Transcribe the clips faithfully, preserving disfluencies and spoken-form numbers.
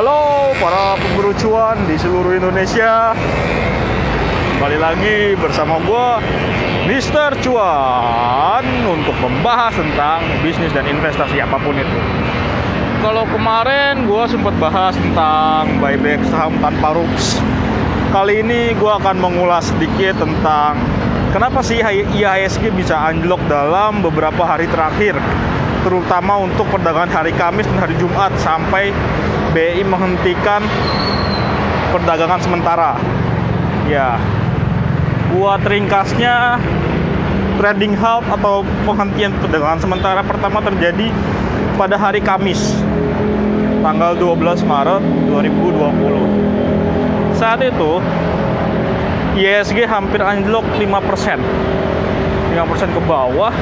Halo para pemburu cuan di seluruh Indonesia. Kembali lagi bersama gue Mister Cuan untuk membahas tentang bisnis dan investasi apapun itu. Kalau kemarin gue sempat bahas tentang buyback saham tanpa rups. Kali ini gue akan mengulas sedikit tentang kenapa sih I H S G bisa anjlok dalam beberapa hari terakhir, terutama untuk perdagangan hari Kamis dan hari Jumat sampai B I menghentikan perdagangan sementara. Ya, buat ringkasnya, trading halt atau penghentian perdagangan sementara pertama terjadi pada hari Kamis, tanggal dua belas Maret dua ribu dua puluh. Saat itu I H S G hampir anjlok lima persen lima persen ke bawah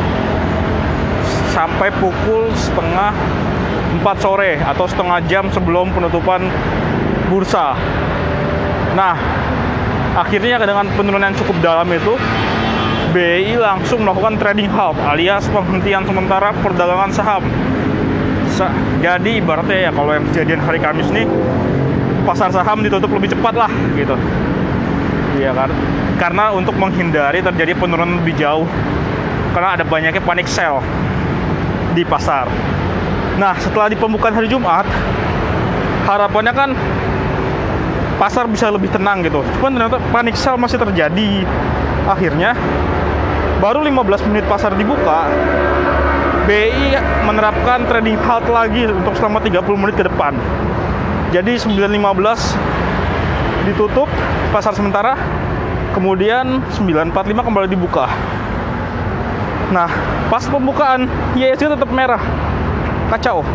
sampai pukul setengah empat sore atau setengah jam sebelum penutupan bursa. Nah, akhirnya dengan penurunan cukup dalam itu, B I langsung melakukan trading halt alias penghentian sementara perdagangan saham. Jadi ibaratnya ya, kalau yang kejadian hari Kamis nih, pasar saham ditutup lebih cepat lah gitu. Iya kan? Karena untuk menghindari terjadi penurunan lebih jauh, karena ada banyaknya panic sell di pasar. Nah, setelah di pembukaan hari Jumat, harapannya kan pasar bisa lebih tenang gitu. Cuman ternyata panic sell masih terjadi. Akhirnya baru lima belas menit pasar dibuka, B I menerapkan trading halt lagi untuk selama tiga puluh menit ke depan. Jadi sembilan lima belas ditutup pasar sementara, kemudian sembilan empat puluh lima kembali dibuka. Nah, pas pembukaan I H S G tetap merah. Kacau.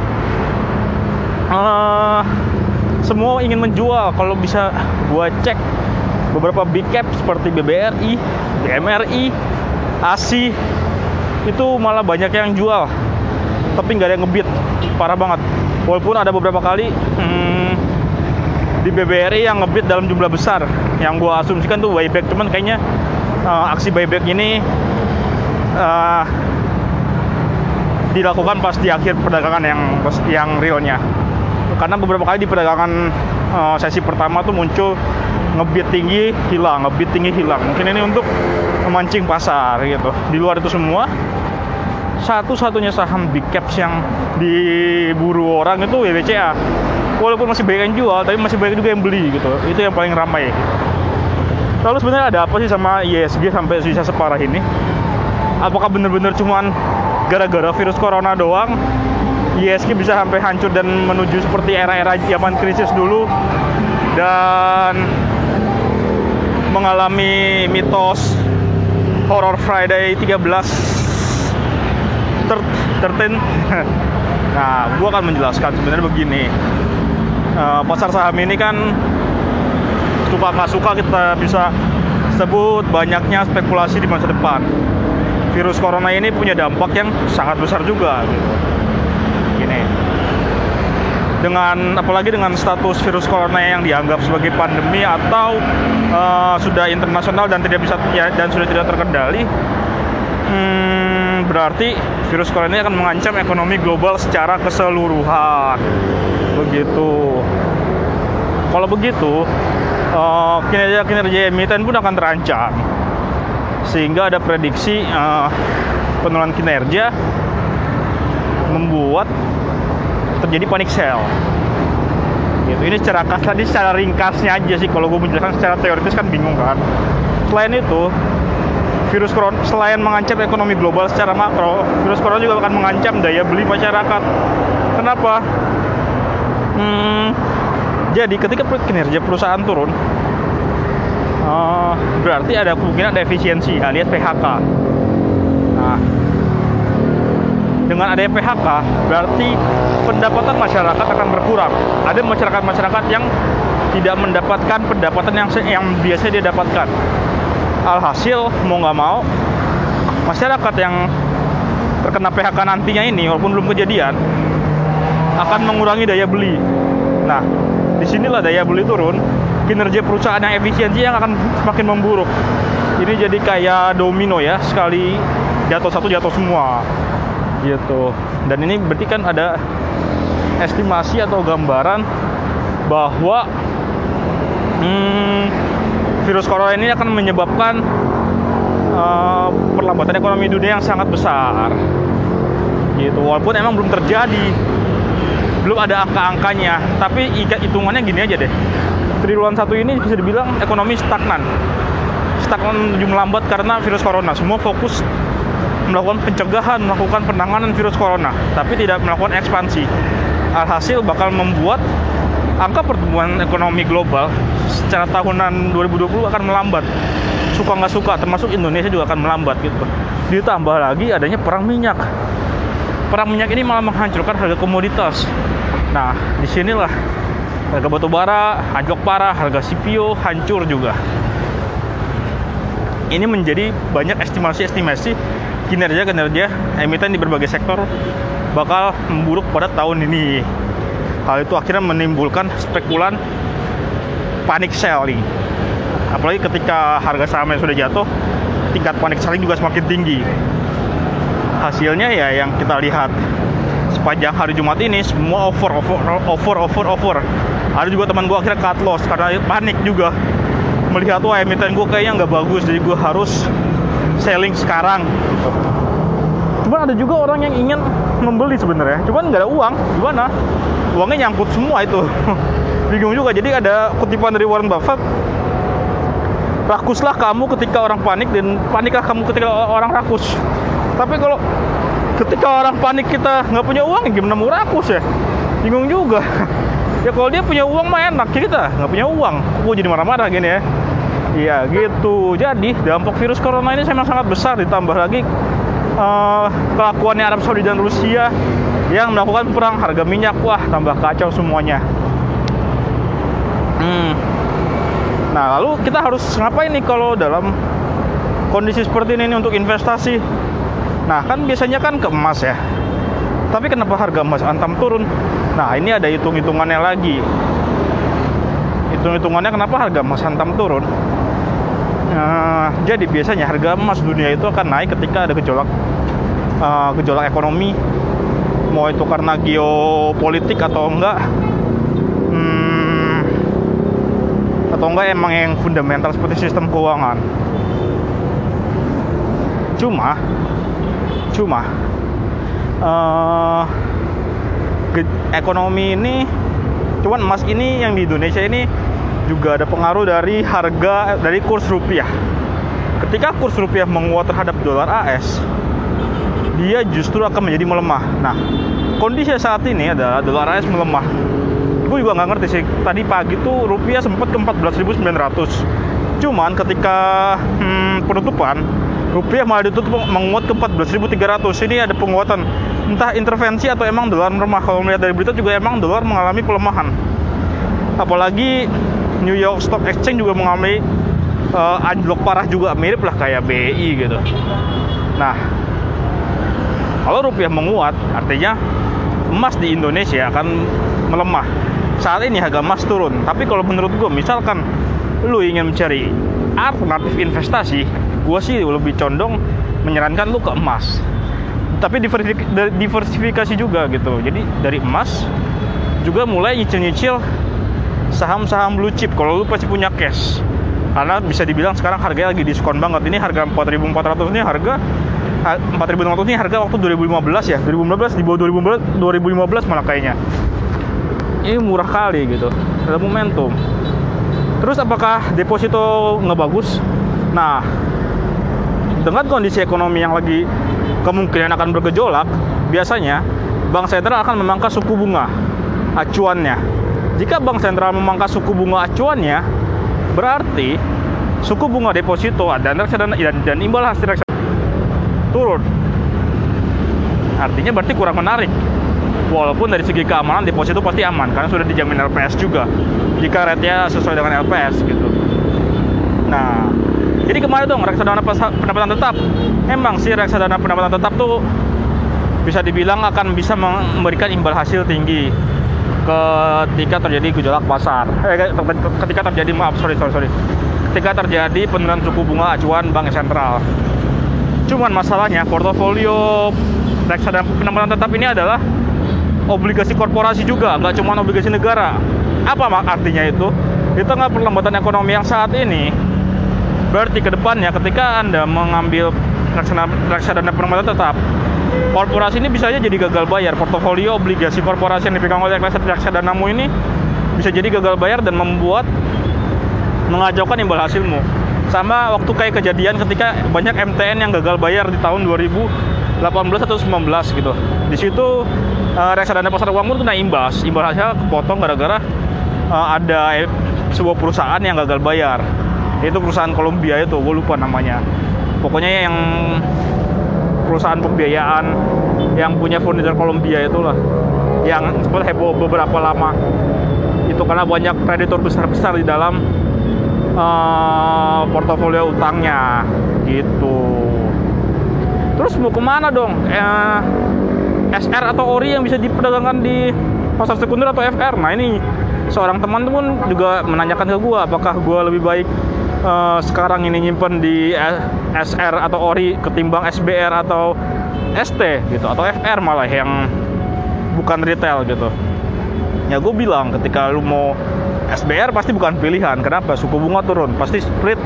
Uh, semua ingin menjual. Kalau bisa gua cek beberapa big cap seperti B B R I, B M R I, A S I, itu malah banyak yang jual, tapi nggak ada yang ngebid. Parah banget. Walaupun ada beberapa kali hmm, di B B R I yang ngebid dalam jumlah besar, yang gua asumsikan tuh buyback. Cuman kayaknya uh, aksi buyback ini uh, dilakukan pas di akhir perdagangan yang yang realnya. Karena beberapa kali di perdagangan uh, sesi pertama tuh muncul ngebid tinggi hilang, ngebid tinggi hilang. Mungkin ini untuk memancing pasar gitu. Di luar itu semua, satu-satunya saham big caps yang diburu orang itu W B C A. Walaupun masih banyak yang jual, tapi masih banyak juga yang beli gitu. Itu yang paling ramai. Lalu sebenarnya ada apa sih sama I H S G sampai bisa separah ini? Apakah benar-benar cuman gara-gara virus corona doang I H S G bisa sampai hancur dan menuju seperti era-era zaman krisis dulu dan mengalami mitos Horror Friday tiga belas tertentu? Nah, gue akan menjelaskan sebenarnya begini. Uh, pasar saham ini kan suka nggak suka kita bisa sebut banyaknya spekulasi di masa depan. Virus corona ini punya dampak yang sangat besar juga gitu. Gini, dengan apalagi dengan status virus corona yang dianggap sebagai pandemi atau uh, sudah internasional dan tidak bisa ya, dan sudah tidak terkendali, hmm, berarti virus corona ini akan mengancam ekonomi global secara keseluruhan. Begitu. Kalau begitu, uh, kinerja kinerja emiten pun akan terancam. Sehingga ada prediksi uh, penurunan kinerja membuat terjadi panic sell. Gitu. Ini secara kas tadi secara ringkasnya aja sih. Kalau gue menjelaskan secara teoritis kan bingung kan. Selain itu, virus corona selain mengancam ekonomi global secara makro, virus corona juga akan mengancam daya beli masyarakat. Kenapa? Hmm, jadi ketika kinerja perusahaan turun, Uh, berarti ada kemungkinan ada efisiensi alias P H K. Nah, dengan adanya P H K berarti pendapatan masyarakat akan berkurang. Ada masyarakat-masyarakat yang tidak mendapatkan pendapatan yang yang biasa dia dapatkan. Alhasil mau nggak mau masyarakat yang terkena P H K nantinya ini, walaupun belum kejadian, akan mengurangi daya beli. Nah, disinilah daya beli turun, kinerja perusahaan yang efisiensi yang akan semakin memburuk. Ini jadi kayak domino ya, sekali jatuh satu jatuh semua gitu. Dan ini berarti kan ada estimasi atau gambaran bahwa hmm, virus corona ini akan menyebabkan uh, perlambatan ekonomi dunia yang sangat besar gitu. Walaupun emang belum terjadi, belum ada angka-angkanya, tapi hitungannya gini aja deh. Triwulan satu ini bisa dibilang ekonomi stagnan stagnan menuju melambat karena virus corona. Semua fokus melakukan pencegahan, melakukan penanganan virus corona, tapi tidak melakukan ekspansi. Alhasil bakal membuat angka pertumbuhan ekonomi global secara tahunan dua ribu dua puluh akan melambat. Suka nggak suka, termasuk Indonesia juga akan melambat gitu. Ditambah lagi adanya perang minyak. Perang minyak ini malah menghancurkan harga komoditas. Nah, disinilah harga batu bara anjlok parah, harga C P O hancur juga. Ini menjadi banyak estimasi-estimasi kinerja-kinerja emiten di berbagai sektor bakal memburuk pada tahun ini. Hal itu akhirnya menimbulkan spekulan panic selling. Apalagi ketika harga sahamnya sudah jatuh, tingkat panic selling juga semakin tinggi. Hasilnya ya yang kita lihat sepanjang hari Jumat ini semua over, over, over, over, over. Ada juga teman gue akhirnya cut loss karena panik juga. Melihat wah emiten gue kayaknya nggak bagus, jadi gue harus selling sekarang. Cuman ada juga orang yang ingin membeli sebenarnya, cuman nggak ada uang. Gimana? Uangnya nyangkut semua itu. Bingung juga. Jadi ada kutipan dari Warren Buffett, rakuslah kamu ketika orang panik dan paniklah kamu ketika orang rakus. Tapi kalau ketika orang panik kita nggak punya uang, gimana mau rakus ya? Bingung juga. Ya kalau dia punya uang mah enak, kita nggak punya uang, gue jadi marah-marah gini ya. Iya gitu. Jadi dampak virus corona ini memang sangat besar, ditambah lagi uh, kelakuannya Arab Saudi dan Rusia yang melakukan perang harga minyak. Wah, tambah kacau semuanya. Hmm. Nah, lalu kita harus ngapain nih kalau dalam kondisi seperti ini untuk investasi? Nah, kan biasanya kan ke emas ya. Tapi kenapa harga emas antam turun? Nah, ini ada hitung-hitungannya lagi. Hitung-hitungannya kenapa harga emas antam turun? Nah, jadi biasanya harga emas dunia itu akan naik ketika ada gejolak uh, gejolak ekonomi, mau itu karena geopolitik atau enggak, hmm, atau enggak emang yang fundamental seperti sistem keuangan. Cuma, cuma uh, ekonomi ini, cuman emas ini yang di Indonesia ini juga ada pengaruh dari harga, dari kurs rupiah. Ketika kurs rupiah menguat terhadap dolar A S, dia justru akan menjadi melemah. Nah, kondisi saat ini adalah dolar A S melemah. Gue juga nggak ngerti sih, tadi pagi tuh rupiah sempat ke empat belas ribu sembilan ratus. Cuman ketika hmm, penutupan, rupiah malah ditutup menguat ke empat belas ribu tiga ratus. Ini ada penguatan, entah intervensi atau emang dolar melemah. Kalau melihat dari berita juga emang dolar mengalami pelemahan. Apalagi New York Stock Exchange juga mengalami uh, anjlok parah juga, mirip lah kayak B I gitu. Nah, kalau rupiah menguat, artinya emas di Indonesia akan melemah. Saat ini harga emas turun. Tapi kalau menurut gue, misalkan lu ingin mencari alternatif investasi, gue sih lebih condong menyarankan lu ke emas. Tapi diversifikasi juga gitu. Jadi dari emas juga mulai nyicil-nyicil saham-saham blue chip kalau lu pasti punya cash. Karena bisa dibilang sekarang harganya lagi diskon banget. Ini harga empat ribu empat ratus ini harga empat ribu enam ratus ini harga waktu dua ribu lima belas ya. dua ribu lima belas di bawah dua ribu lima belas malah kayaknya. Ini murah kali gitu. Ada momentum. Terus apakah deposito nggak bagus? Nah, dengan kondisi ekonomi yang lagi kemungkinan akan bergejolak, biasanya bank sentral akan memangkas suku bunga acuannya. Jika bank sentral memangkas suku bunga acuannya, berarti suku bunga deposito dan reksadana dan, dan imbal hasil reksadana turun. Artinya berarti kurang menarik. Walaupun dari segi keamanan deposito pasti aman karena sudah dijamin L P S juga. Jika rate-nya sesuai dengan L P S gitu. Nah, jadi kemarin dong reksadana pendapatan tetap. Memang sih reksadana pendapatan tetap tuh bisa dibilang akan bisa memberikan imbal hasil tinggi ketika terjadi gejolak pasar, eh, ketika terjadi maaf sorry sorry sorry, ketika terjadi penurunan suku bunga acuan bank sentral. Cuman masalahnya portofolio reksadana pendapatan tetap ini adalah obligasi korporasi juga, nggak cuma obligasi negara. Apa mak artinya itu? Di tengah perlambatan ekonomi yang saat ini, berarti ke depannya ketika Anda mengambil reksadana, reksadana penempatan tetap, korporasi ini bisa aja jadi gagal bayar. Portofolio obligasi korporasi yang dipegang oleh reksadanamu ini bisa jadi gagal bayar dan membuat mengacaukan imbal hasilmu. Sama waktu kayak kejadian ketika banyak M T N yang gagal bayar di tahun dua ribu delapan belas atau sembilan belas gitu. Di situ uh, reksadana pasar uang pun kena imbas. Imbal hasilnya kepotong gara-gara uh, ada sebuah perusahaan yang gagal bayar. Itu perusahaan Kolombia itu, gue lupa namanya. Pokoknya yang perusahaan pembiayaan yang punya founder Kolombia itulah, yang sempat heboh beberapa lama. Itu karena banyak kreditor besar-besar di dalam uh, portofolio utangnya gitu. Terus mau kemana dong? Eh, S R atau ori yang bisa diperdagangkan di pasar sekunder atau F R? Nah ini seorang teman pun juga menanyakan ke gue, apakah gue lebih baik uh, sekarang ini nyimpen di S R atau ori ketimbang S B R atau S T gitu, atau F R malah yang bukan retail gitu. Ya gue bilang ketika lu mau S B R pasti bukan pilihan. Kenapa? Suku bunga turun, pasti split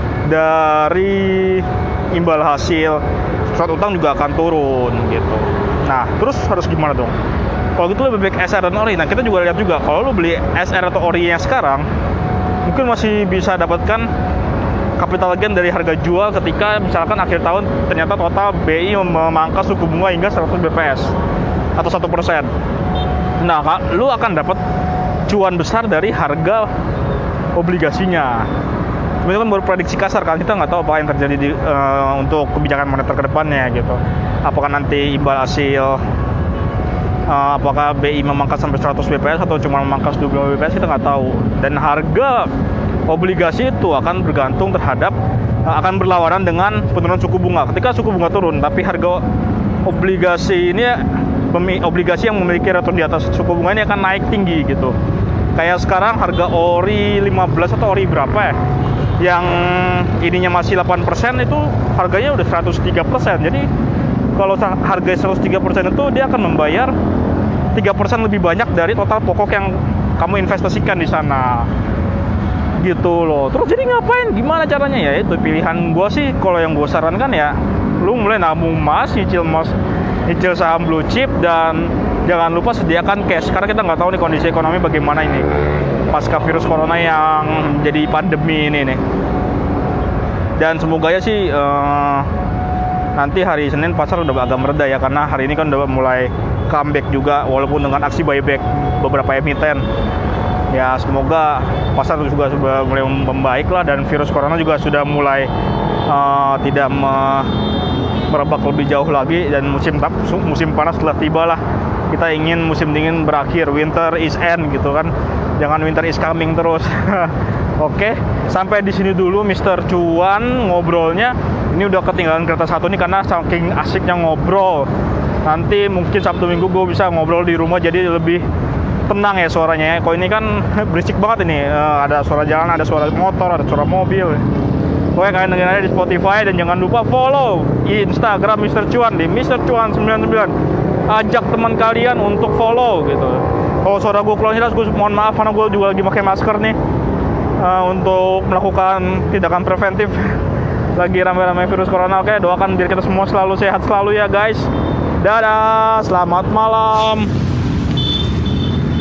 dari imbal hasil surat utang juga akan turun gitu. Nah terus harus gimana dong? Kalau gitu lebih baik S R dan ori. Nah kita juga lihat juga kalau lu beli S R atau ori yang sekarang, mungkin masih bisa dapatkan capital gain dari harga jual ketika misalkan akhir tahun ternyata total B I memangkas suku bunga hingga seratus B P S atau satu persen. Nah, lu akan dapat cuan besar dari harga obligasinya. Ini kan baru prediksi kasar kan, kita nggak tahu apa yang terjadi di, uh, untuk kebijakan moneter ke depannya gitu. Apakah nanti imbal hasil, uh, apakah B I memangkas sampai seratus B P S atau cuma memangkas dua puluh lima B P S, kita nggak tahu. Dan harga obligasi itu akan bergantung terhadap, uh, akan berlawanan dengan penurunan suku bunga. Ketika suku bunga turun, tapi harga obligasi ini obligasi yang memiliki return di atas suku bunga ini akan naik tinggi gitu. Kayak sekarang harga ori lima belas atau ori berapa ya, yang ininya masih delapan persen, itu harganya udah seratus tiga persen. Jadi kalau harga seratus tiga persen itu dia akan membayar tiga persen lebih banyak dari total pokok yang kamu investasikan di sana gitu loh. Terus jadi ngapain? Gimana caranya? Ya itu pilihan gue sih, kalau yang gue sarankan ya lu mulai nabung emas, nyicil emas, nyicil saham blue chip, dan jangan lupa sediakan cash karena kita nggak tahu nih kondisi ekonomi bagaimana ini pasca virus corona yang jadi pandemi ini nih. Dan semoga ya sih uh, nanti hari Senin pasar udah agak mereda ya, karena hari ini kan udah mulai comeback juga walaupun dengan aksi buyback beberapa emiten. Ya semoga pasar juga sudah mulai membaik lah, dan virus corona juga sudah mulai uh, tidak me merebak lebih jauh lagi, dan musim musim panas telah tiba lah. Kita ingin musim dingin berakhir, winter is end gitu kan, jangan winter is coming terus. Oke, sampai di sini dulu Mister Cuan ngobrolnya. Ini udah ketinggalan kereta satu nih karena saking asiknya ngobrol. Nanti mungkin Sabtu Minggu gue bisa ngobrol di rumah jadi lebih tenang ya suaranya ya. Kalau ini kan berisik banget ini, uh, ada suara jalan, ada suara motor, ada suara mobil. Pokoknya kalian dengerin aja di Spotify, dan jangan lupa follow Instagram Mister Cuan di Mister Cuan sembilan puluh sembilan. Ajak teman kalian untuk follow gitu. Kalau suara gue kurang jelas, gue mohon maaf karena gue juga lagi pakai masker nih uh, untuk melakukan tindakan preventif. Lagi rame-rame virus corona. Oke, doakan biar kita semua selalu sehat selalu ya guys. Dadah, selamat malam.